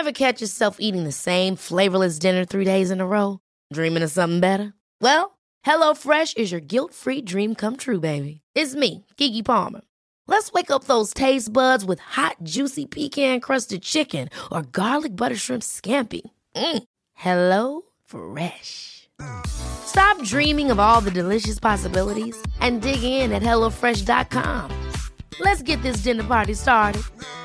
Ever catch yourself eating the same flavorless dinner 3 days in a row? Dreaming of something better? Well, HelloFresh is your guilt-free dream come true, baby. It's me, Keke Palmer. Let's wake up those taste buds with hot, juicy pecan-crusted chicken or garlic butter shrimp scampi. Hello Fresh. Stop dreaming of all the delicious possibilities and dig in at HelloFresh.com. Let's get this dinner party started.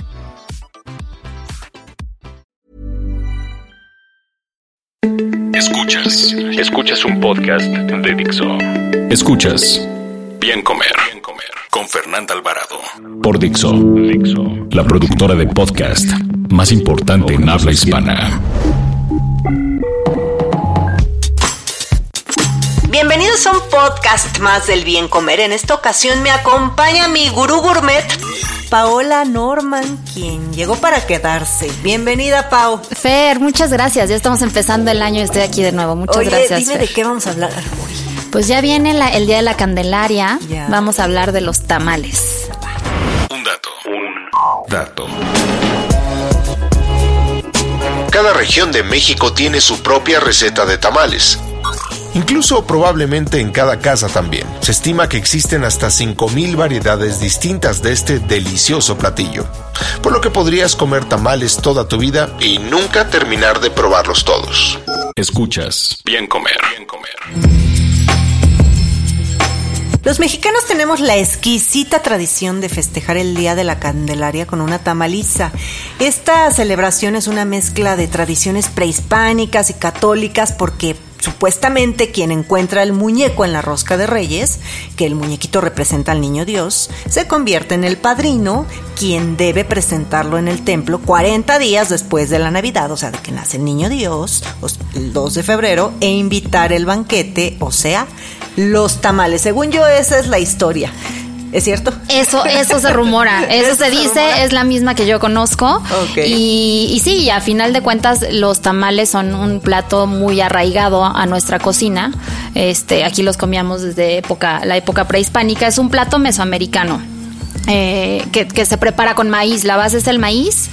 Escuchas un podcast de Dixo. Escuchas Bien Comer con Fernanda Alvarado por Dixo, la productora de podcast más importante en habla hispana. Bienvenidos a un podcast más del Bien Comer. En esta ocasión me acompaña mi gurú gourmet, Paola Norman, quien llegó para quedarse. Bienvenida, Pau. Fer, muchas gracias. Ya estamos empezando el año y estoy aquí de nuevo. Muchas gracias. Dime, Fer. ¿de qué vamos a hablar hoy? Pues ya viene el Día de la Candelaria. Ya. Vamos a hablar de los tamales. Un dato. Cada región de México tiene su propia receta de tamales. Incluso probablemente en cada casa también. Se estima que existen hasta 5,000 variedades distintas de este delicioso platillo. Por lo que podrías comer tamales toda tu vida y nunca terminar de probarlos todos. Escuchas Bien Comer. Los mexicanos tenemos la exquisita tradición de festejar el Día de la Candelaria con una tamaliza. Esta celebración es una mezcla de tradiciones prehispánicas y católicas porque supuestamente quien encuentra el muñeco en la rosca de Reyes, que el muñequito representa al niño Dios, se convierte en el padrino, quien debe presentarlo en el templo 40 días después de la Navidad, o sea, de que nace el niño Dios, el 2 de febrero, e invitar el banquete, o sea, los tamales. Según yo, esa es la historia. ¿Es cierto? Eso se rumora, eso se dice, es la misma que yo conozco. Okay. Y sí, a final de cuentas los tamales son un plato muy arraigado a nuestra cocina. Aquí los comíamos desde la época prehispánica. Es un plato mesoamericano que se prepara con maíz. La base es el maíz.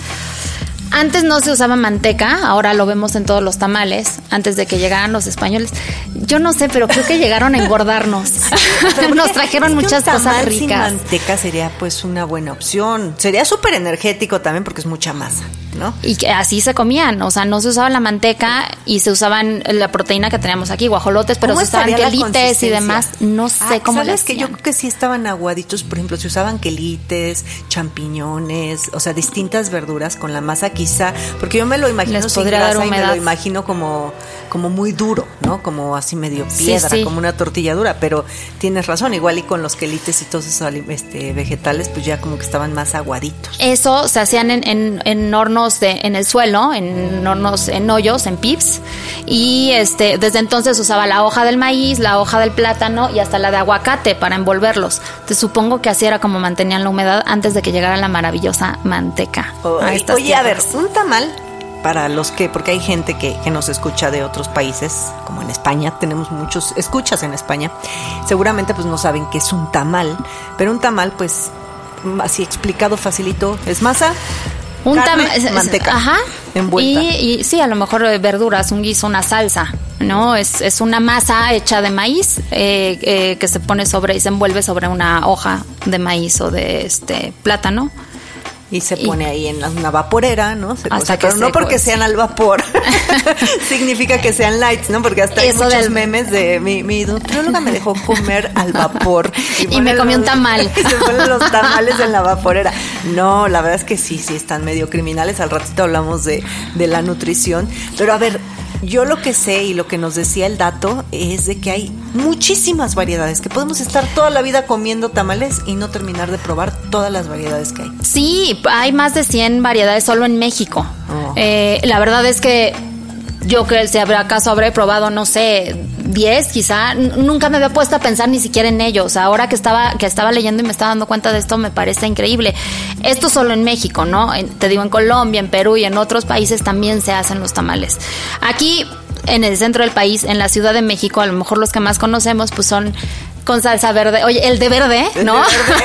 Antes no se usaba manteca, ahora lo vemos en todos los tamales, antes de que llegaran los españoles. Yo no sé, pero creo que llegaron a engordarnos. Nos trajeron muchas cosas ricas. Sin manteca sería pues una buena opción. Sería súper energético también porque es mucha masa, ¿no? Y que así se comían, o sea, no se usaba la manteca y se usaban la proteína que teníamos aquí, guajolotes, pero se usaban quelites y demás. No sé cómo les que yo creo que sí estaban aguaditos, por ejemplo, se usaban quelites, champiñones, o sea, distintas verduras con la masa quizá, porque yo me lo imagino sin grasa y me lo imagino como muy duro, ¿no? Como así medio piedra, sí. Como una tortilla dura, pero tienes razón, igual y con los quelites y todos esos vegetales, pues ya como que estaban más aguaditos. Eso se hacían en hornos en el suelo, en hornos, en hoyos, en pips, y desde entonces usaba la hoja del maíz, la hoja del plátano y hasta la de aguacate para envolverlos. Entonces supongo que así era como mantenían la humedad antes de que llegara la maravillosa manteca. Oye, a ver, un tamal para los que, porque hay gente que nos escucha de otros países, como en España, tenemos muchos escuchas en España, seguramente pues no saben qué es un tamal, pero un tamal pues así explicado facilito, es masa, carne, manteca, ajá, envuelta. Y sí, a lo mejor verduras, un guiso, una salsa, ¿no? Es una masa hecha de maíz que se pone y se envuelve sobre una hoja de maíz o de plátano. Y se pone ahí en una vaporera, ¿no? Pero no porque sean al vapor, significa que sean lights, ¿no? Porque hasta hay muchos memes de mi nutrióloga me dejó comer al vapor. Y me comí un tamal. Y se ponen los tamales en la vaporera. No, la verdad es que sí están medio criminales. Al ratito hablamos de la nutrición. Pero a ver, yo lo que sé y lo que nos decía el dato es de que hay muchísimas variedades, que podemos estar toda la vida comiendo tamales y no terminar de probar todas las variedades que hay. Sí, hay más de 100 variedades solo en México. La verdad es que yo que si acaso habré probado, no sé, 10 quizá, nunca me había puesto a pensar ni siquiera en ellos. Ahora que estaba leyendo y me estaba dando cuenta de esto, me parece increíble. Esto solo en México, ¿no? Te digo, en Colombia, en Perú y en otros países también se hacen los tamales. Aquí, en el centro del país, en la Ciudad de México, a lo mejor los que más conocemos pues son Con salsa verde. Oye, el de verde, ¿no?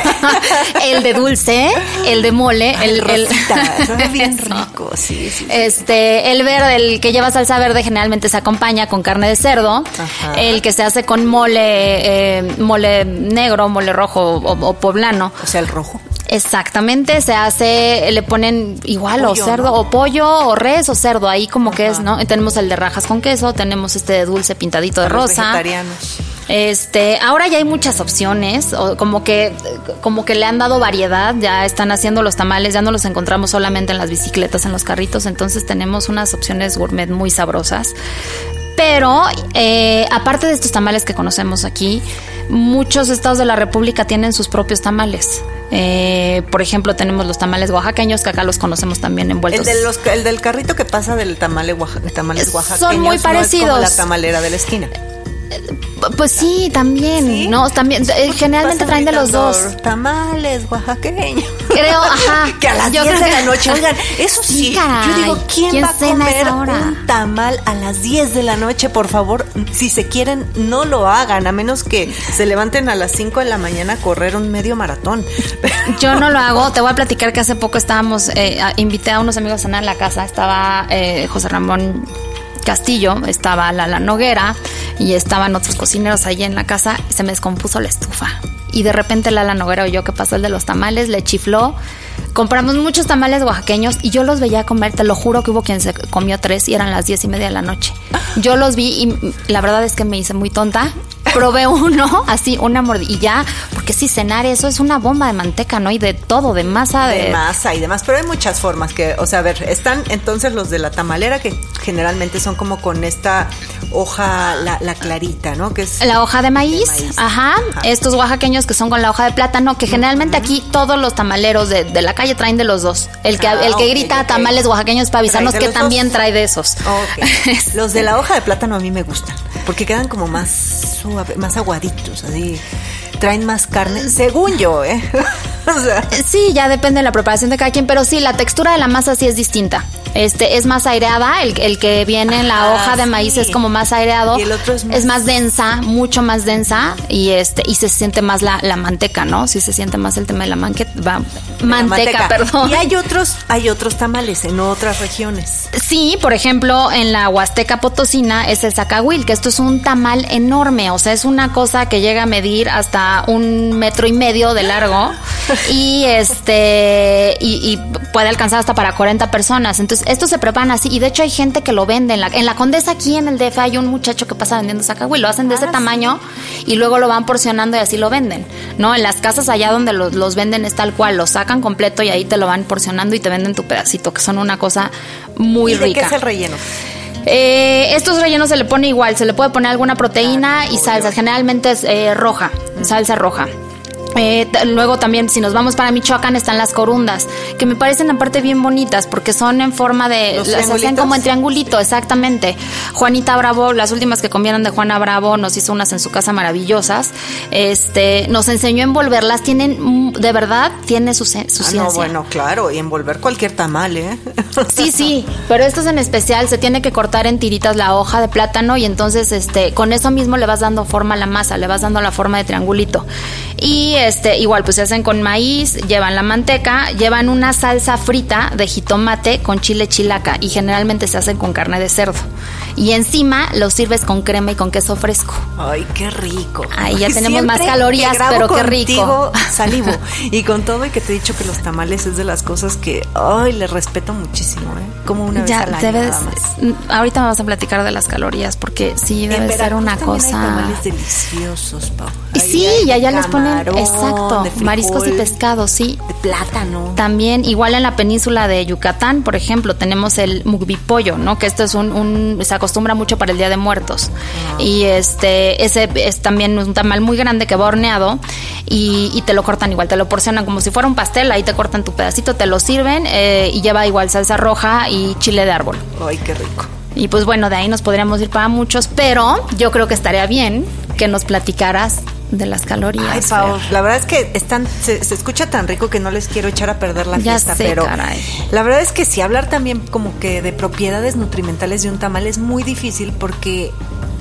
El de dulce, el de mole, el rosita, sabe bien rico, sí. El verde, el que lleva salsa verde generalmente se acompaña con carne de cerdo. Ajá. El que se hace con mole negro, mole rojo o poblano. O sea, el rojo. Exactamente, se hace, le ponen igual pollo, o cerdo, ¿no? O pollo, o res, o cerdo, ahí como que es, ¿no? Tenemos el de rajas con queso, tenemos de dulce pintadito de rosa. Vegetarianos. Ahora ya hay muchas opciones, como que le han dado variedad, ya están haciendo los tamales, ya no los encontramos solamente en las bicicletas, en los carritos, entonces tenemos unas opciones gourmet muy sabrosas. Pero, aparte de estos tamales que conocemos aquí, muchos estados de la República tienen sus propios tamales. Por ejemplo, tenemos los tamales oaxaqueños, que acá los conocemos también envueltos. El del carrito que pasa del tamales oaxaqueños. Son muy parecidos. No es como la tamalera de la esquina. Pues sí, también, ¿sí? ¿No? También, generalmente traen de los dos. Tamales oaxaqueños. Creo, ajá. Que a las 10 de la noche, oigan, eso sí, caray, yo digo, ¿quién va a comer un tamal a las 10 de la noche? Por favor, si se quieren, no lo hagan, a menos que se levanten a las 5 de la mañana a correr un medio maratón. Yo no lo hago, te voy a platicar que hace poco estábamos, invité a unos amigos a cenar en la casa, estaba José Ramón Castillo, estaba Lala Noguera y estaban otros cocineros ahí en la casa y se me descompuso la estufa. Y de repente Lala Noguera oyó que pasó el de los tamales, le chifló. Compramos muchos tamales oaxaqueños y yo los veía comer, te lo juro que hubo quien se comió 3 y eran las 10:30 de la noche. Yo los vi y la verdad es que me hice muy tonta. Probé uno, así, una mordida, porque sí, cenar eso es una bomba de manteca, ¿no? Y de todo, de masa. De masa y demás, pero hay muchas formas que, o sea, a ver, están entonces los de la tamalera que generalmente son como con esta hoja, la clarita, ¿no? Que es la hoja de maíz. Ajá. Estos oaxaqueños que son con la hoja de plátano, que generalmente aquí todos los tamaleros de la calle traen de los dos. El que grita tamales oaxaqueños para avisarnos que también dos trae de esos. Okay. Los de la hoja de plátano a mí me gustan, porque quedan como más suave, más aguaditos, así. Traen más carne, según yo, O sea. Sí, ya depende de la preparación de cada quien, pero sí, la textura de la masa sí es distinta. Es más aireada, el que viene en la hoja de maíz es como más aireado. Y el otro es más densa, mucho más densa, y se siente más la manteca, ¿no? Sí se siente más el tema de la manteca, perdón. Y hay otros tamales en otras regiones. Sí, por ejemplo, en la Huasteca Potosina es el zacahuil, que esto es un tamal enorme, o sea, es una cosa que llega a medir hasta 1,5 metros de largo y y puede alcanzar hasta para 40 personas. Entonces, estos se preparan así y de hecho hay gente que lo vende. En la Condesa, aquí en el DF, hay un muchacho que pasa vendiendo zacahuil. Lo hacen de ese tamaño y luego lo van porcionando y así lo venden, ¿no? En las casas allá donde los venden es tal cual, lo sacan completo y ahí te lo van porcionando y te venden tu pedacito, que son una cosa muy rica. ¿Y de qué es el relleno? Estos rellenos se le pone igual, se le puede poner alguna proteína y salsa, generalmente es roja, salsa roja. Luego también, si nos vamos para Michoacán, están las corundas, que me parecen aparte bien bonitas porque son en forma de, las hacen como en triangulito, exactamente. Juanita Bravo, las últimas que comieron de Juana Bravo, nos hizo unas en su casa maravillosas. Nos enseñó a envolverlas, tienen, de verdad, tiene su ciencia. No, bueno, claro, y envolver cualquier tamal, Sí, pero estos en especial se tiene que cortar en tiritas la hoja de plátano y entonces con eso mismo le vas dando forma a la masa, le vas dando la forma de triangulito. Y igual pues se hacen con maíz, llevan la manteca, llevan una salsa frita de jitomate con chile chilaca y generalmente se hacen con carne de cerdo. Y encima los sirves con crema y con queso fresco. Ay, qué rico. Ahí ya tenemos más calorías, pero qué rico. Salivo. Y con todo y que te he dicho que los tamales es de las cosas que le respeto muchísimo, Como una vez al año nada más. Ahorita me vas a platicar de las calorías porque sí debe ser una cosa. Hay tamales deliciosos, Pau. Sí, y allá les ponen exacto, mariscos y pescados, sí. De plátano. También, igual en la península de Yucatán, por ejemplo, tenemos el mukbipollo, ¿no? Que esto es se acostumbra mucho para el Día de Muertos. Y ese es también un tamal muy grande que va horneado y te lo cortan igual, te lo porcionan como si fuera un pastel, ahí te cortan tu pedacito, te lo sirven y lleva igual salsa roja y chile de árbol. Ay, qué rico. Y pues bueno, de ahí nos podríamos ir para muchos, pero yo creo que estaría bien que nos platicaras de las calorías. Ay, Pau, la verdad es que se escucha tan rico que no les quiero echar a perder la fiesta, pero caray. La verdad es que sí, hablar también como que de propiedades nutrimentales de un tamal es muy difícil porque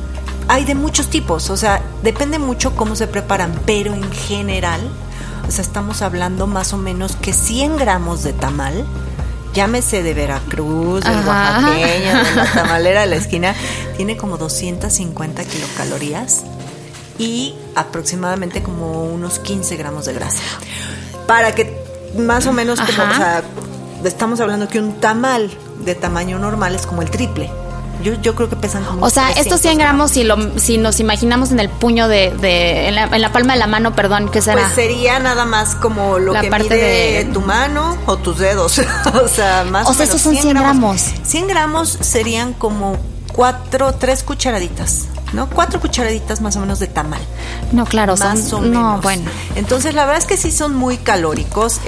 hay de muchos tipos, o sea, depende mucho cómo se preparan, pero en general, o sea, estamos hablando más o menos que 100 gramos de tamal, llámese de Veracruz, del oaxaqueño, de la tamalera de la esquina, tiene como 250 kilocalorías y aproximadamente como unos 15 gramos de grasa. Para que más o menos, como, o sea, estamos hablando que un tamal de tamaño normal es como el triple. Yo creo que pesan como... O sea, estos 100 gramos, si nos imaginamos en el puño en la palma de la mano, perdón, ¿qué será? Pues sería nada más como lo que mide tu mano o tus dedos. O sea, más o menos. Estos son 100 gramos. 100 gramos serían como 3 cucharaditas, ¿no? 4 cucharaditas más o menos de tamal. No, claro, más o menos. No, bueno. Entonces, la verdad es que sí son muy calóricos.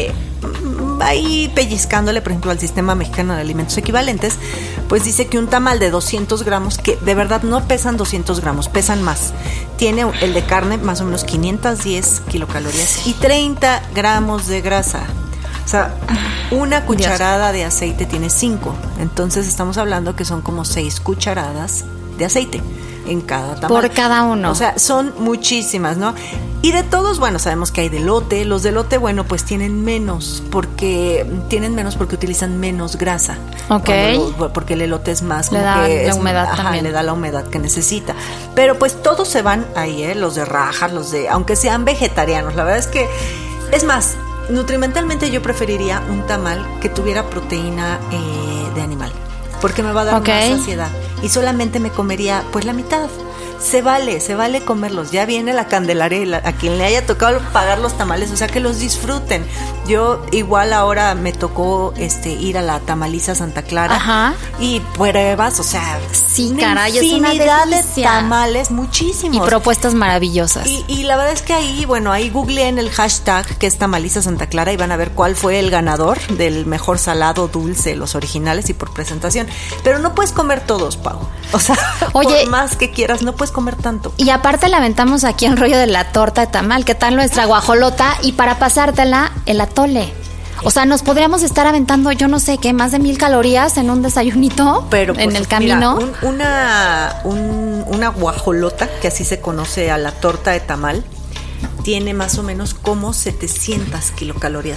Ahí pellizcándole, por ejemplo, al Sistema Mexicano de Alimentos Equivalentes, pues dice que un tamal de 200 gramos, que de verdad no pesan 200 gramos, pesan más. Tiene el de carne más o menos 510 kilocalorías y 30 gramos de grasa. O sea, una cucharada de aceite tiene 5. Entonces estamos hablando que son como 6 cucharadas de aceite en cada tamal. Por cada uno. O sea, son muchísimas, ¿no? Y de todos, bueno, sabemos que hay de elote. Los de elote, bueno, pues tienen menos porque utilizan menos grasa. Ok. Porque el elote es más le como da que la humedad también. Le da la humedad que necesita. Pero pues todos se van ahí, los de rajas, aunque sean vegetarianos. La verdad es que, es más, nutrimentalmente yo preferiría un tamal que tuviera proteína de animal, porque me va a dar más saciedad y solamente me comería pues la mitad. Se vale comerlos. Ya viene la Candelaria, a quien le haya tocado pagar los tamales, o sea, que los disfruten. Yo igual ahora me tocó ir a la Tamaliza Santa Clara y pruebas, o sea, sí, caray, es una infinidad delicia. De tamales, muchísimos. Y propuestas maravillosas. Y la verdad es que ahí googleé en el hashtag que es Tamaliza Santa Clara y van a ver cuál fue el ganador del mejor salado dulce, los originales y por presentación. Pero no puedes comer todos, Pau. O sea, oye, por más que quieras, no puedes comer tanto. Y aparte le aventamos aquí el rollo de la torta de tamal, ¿qué tal nuestra guajolota? Y para pasártela, el atole. O sea, nos podríamos estar aventando, yo no sé qué, más de 1000 calorías en un desayunito. Pero pues, en el camino. Mira, una guajolota, que así se conoce a la torta de tamal, tiene más o menos como 700 kilocalorías,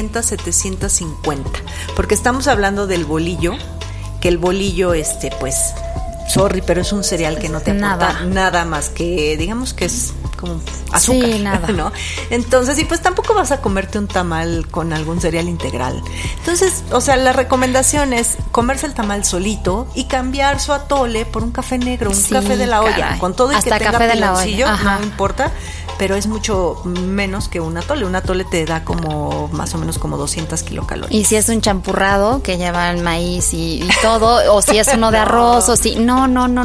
750. Porque estamos hablando del bolillo, que el bolillo, pues, sorry, pero es un cereal que no te aporta nada más que, digamos que es como azúcar, sí, nada. ¿no? Entonces, y pues tampoco vas a comerte un tamal con algún cereal integral. Entonces, o sea, la recomendación es comerse el tamal solito y cambiar su atole por un café negro, un café de la olla, caray. Con todo y hasta que tenga piloncillo, no importa, pero es mucho menos que un atole. Un atole te da como más o menos como 200 kilocalorías. Y si es un champurrado que lleva el maíz y todo, o si es uno de arroz, o si... No.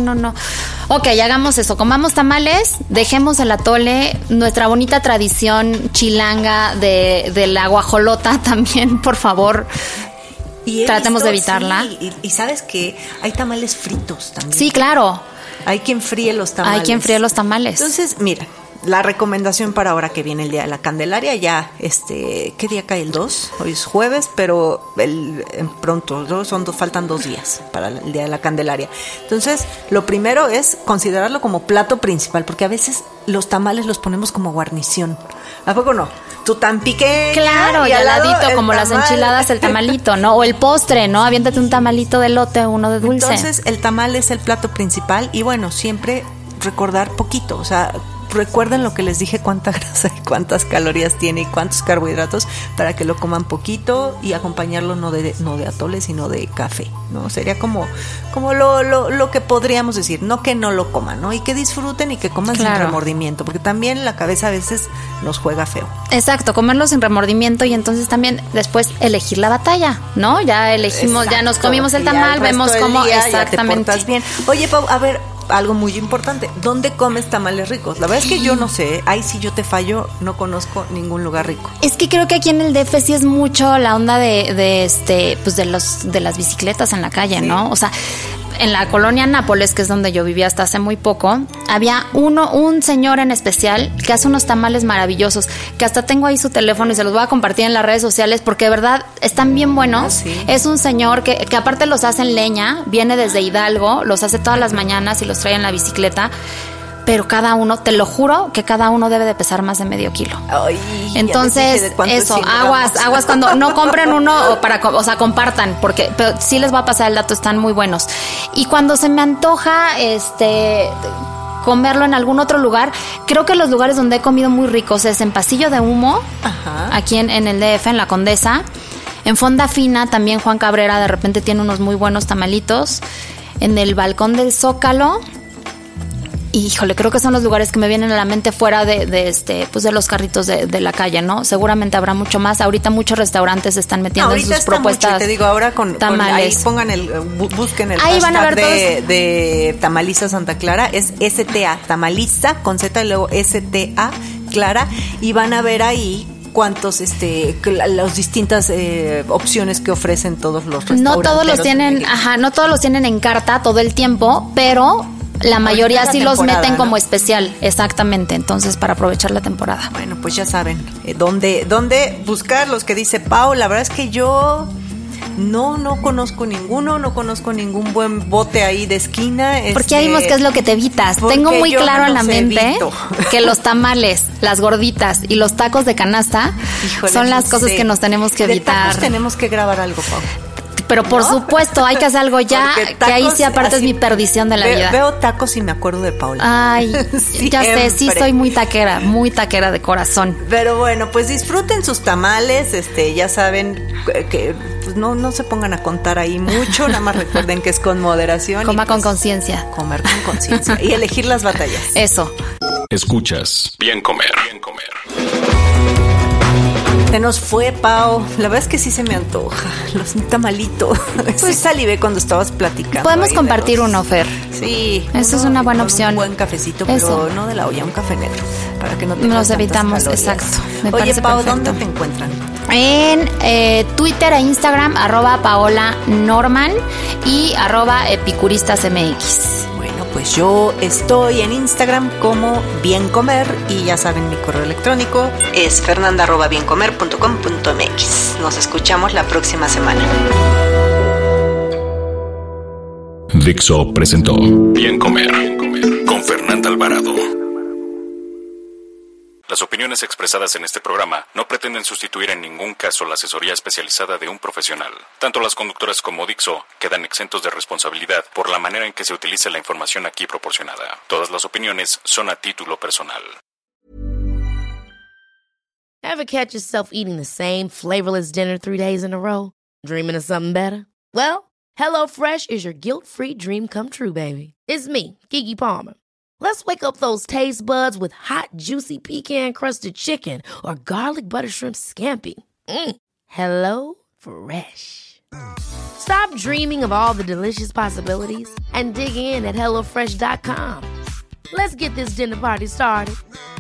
Ok, hagamos eso, comamos tamales, dejemos el atole, nuestra bonita tradición chilanga de la guajolota también, por favor. Tratemos de evitarla. Sí, y sabes que hay tamales fritos también. Sí, claro. Hay quien fríe los tamales. Entonces, mira, la recomendación para ahora que viene el Día de la Candelaria, ya, ¿qué día cae? El 2, hoy es jueves, pero pronto, faltan 2 días para el Día de la Candelaria. Entonces, lo primero es considerarlo como plato principal, porque a veces los tamales los ponemos como guarnición. ¿A poco no? Tú tan pequeña. Claro, y al ladito, como las enchiladas, el tamalito, ¿no? O el postre, ¿no? Aviéntate un tamalito de elote, uno de dulce. Entonces, el tamal es el plato principal y bueno, siempre recordar poquito, o sea, recuerden lo que les dije, cuánta grasa y cuántas calorías tiene y cuántos carbohidratos, para que lo coman poquito y acompañarlo no de atole, sino de café, ¿no? Sería como lo que podríamos decir, no que no lo coman, ¿no? Y que disfruten y que coman sin remordimiento, porque también la cabeza a veces nos juega feo. Exacto, comerlo sin remordimiento y entonces también después elegir la batalla, ¿no? Ya elegimos, ya nos comimos el tamal, vemos cómo exactamente. Ya te portas bien. Oye, Pau, a ver, algo muy importante, ¿dónde comes tamales ricos? La verdad es que yo no sé, ahí sí yo te fallo, no conozco ningún lugar rico. Es que creo que aquí en el DF sí es mucho la onda pues de las bicicletas en la calle, ¿sí? ¿No? O sea, en la colonia Nápoles, que es donde yo vivía hasta hace muy poco, había un señor en especial que hace unos tamales maravillosos, que hasta tengo ahí su teléfono y se los voy a compartir en las redes sociales porque de verdad están bien buenos. ¿Sí? Es un señor que aparte los hace en leña, viene desde Hidalgo, los hace todas las mañanas y los trae en la bicicleta. Pero cada uno, te lo juro, que cada uno debe de pesar más de medio kilo. Ay, entonces, eso, aguas cuando no compren uno o sea, compartan, porque pero sí les va a pasar el dato, están muy buenos. Y cuando se me antoja comerlo en algún otro lugar, creo que los lugares donde he comido muy ricos es en Pasillo de Humo, aquí en el DF, en La Condesa. En Fonda Fina también Juan Cabrera de repente tiene unos muy buenos tamalitos. En el Balcón del Zócalo. Híjole, creo que son los lugares que me vienen a la mente fuera de los carritos de la calle, ¿no? Seguramente habrá mucho más. Ahorita muchos restaurantes están metiendo en sus propuestas. Mucho, te digo, ahora con ahí busquen el ahí hashtag de Tamaliza Santa Clara, es STA, Tamaliza con Z y luego STA Clara, y van a ver ahí cuántos las distintas opciones que ofrecen todos los restaurantes. No todos los tienen en carta todo el tiempo, pero la mayoría sí los meten como especial, exactamente, entonces para aprovechar la temporada. Bueno, pues ya saben, ¿dónde buscar los que dice Pau? La verdad es que yo no conozco ninguno, no conozco ningún buen bote ahí de esquina. Porque ya vimos qué es lo que te evitas. Tengo muy claro en la mente que los tamales, las gorditas y los tacos de canasta son las cosas que nos tenemos que evitar. De tacos tenemos que grabar algo, Pau. Pero por supuesto, hay que hacer algo ya, que ahí sí aparte es mi perdición de la vida. Veo tacos y me acuerdo de Paula. Ay, ya sé, sí soy muy taquera de corazón. Pero bueno, pues disfruten sus tamales, ya saben que pues no se pongan a contar ahí mucho, nada más recuerden que es con moderación. Coma con conciencia. Comer con conciencia y elegir las batallas. Eso. Escuchas Bien Comer. Se nos fue, Pau. La verdad es que sí se me antoja. Un tamalito. Pues salivé cuando estabas platicando. Podemos compartir uno, Fer. Sí. Eso es una buena opción. Un buen cafecito, pero no de la olla, un café negro. Para que no te nos evitamos, exacto. Oye, Pau, ¿dónde te encuentran? En Twitter e Instagram, @Paola Norman y @epicuristasmx. Pues yo estoy en Instagram como Bien Comer y ya saben, mi correo electrónico es fernanda@biencomer.com.mx. Nos escuchamos la próxima semana. Dixo presentó Bien Comer con Fernanda Alvarado. Las opiniones expresadas en este programa no pretenden sustituir en ningún caso la asesoría especializada de un profesional. Tanto las conductoras como Dixo quedan exentos de responsabilidad por la manera en que se utilice la información aquí proporcionada. Todas las opiniones son a título personal. Ever catch yourself eating the same flavorless dinner 3 days in a row? Dreaming of something better? Well, HelloFresh is your guilt-free dream come true, baby. It's me, Keke Palmer. Let's wake up those taste buds with hot, juicy pecan-crusted chicken or garlic butter shrimp scampi. Hello Fresh. Stop dreaming of all the delicious possibilities and dig in at HelloFresh.com. Let's get this dinner party started.